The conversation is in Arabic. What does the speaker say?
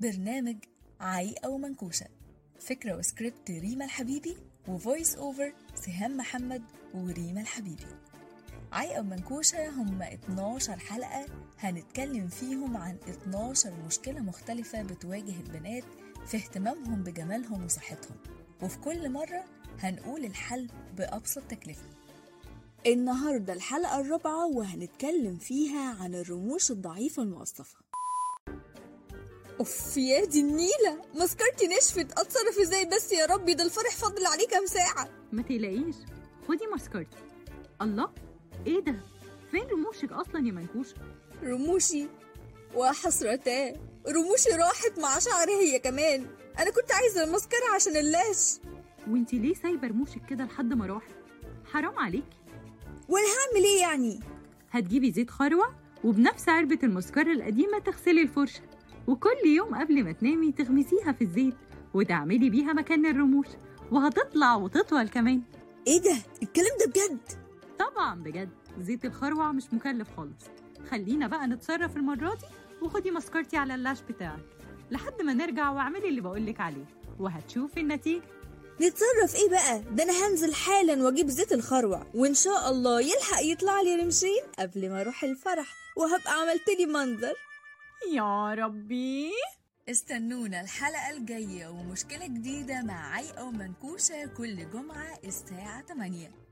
برنامج عايقة ومنكوشة، فكرة وسكريبت ريما الحبيبي، وفويس اوفر سهام محمد وريما الحبيبي. عايقة ومنكوشة هم 12 حلقة هنتكلم فيهم عن 12 مشكلة مختلفة بتواجه البنات في اهتمامهم بجمالهم وصحتهم، وفي كل مرة هنقول الحل بأبسط تكلفة. النهاردة الحلقة الرابعة وهنتكلم فيها عن الرموش الضعيفة الموظفة. اوف يا دي النيلة، مسكرتي نشفت، اتصرف ازاي بس يا ربي؟ ده الفرح فاضل عليه كام ساعة. ما تقلقيش، خدي مسكرتي. الله، ايه ده؟ فين رموشك اصلا يا منكوشة؟ رموشي وحسرتاه، رموشي راحت مع شعري هي كمان. انا كنت عايزة المسكرة عشان اللاش. وانتي ليه سايبة رموشك كده لحد ما راحت؟ حرام عليكي. وانا هعمل ايه يعني؟ هتجيبي زيت خروع وبنفس علبة المسكرة القديمة تغسلي الفرشة، وكل يوم قبل ما تنامي تغمسيها في الزيت وتعملي بيها مكان الرموش، وهتطلع وتطول كمان. ايه ده؟ الكلام ده بجد؟ طبعا بجد، زيت الخروع مش مكلف خالص. خلينا بقى نتصرف المرة دي، وخدي مسكرتي على اللاش بتاعك لحد ما نرجع، واعملي اللي بقولك عليه وهتشوفي النتيجة. نتصرف ايه بقى؟ ده انا هنزل حالا واجيب زيت الخروع، وان شاء الله يلحق يطلع لي رمشين قبل ما اروح الفرح، وهبقى عملت لي منظر. يا ربي. استنونا الحلقة الجاية ومشكلة جديدة مع عايقة ومنكوشة كل جمعة الساعة 8.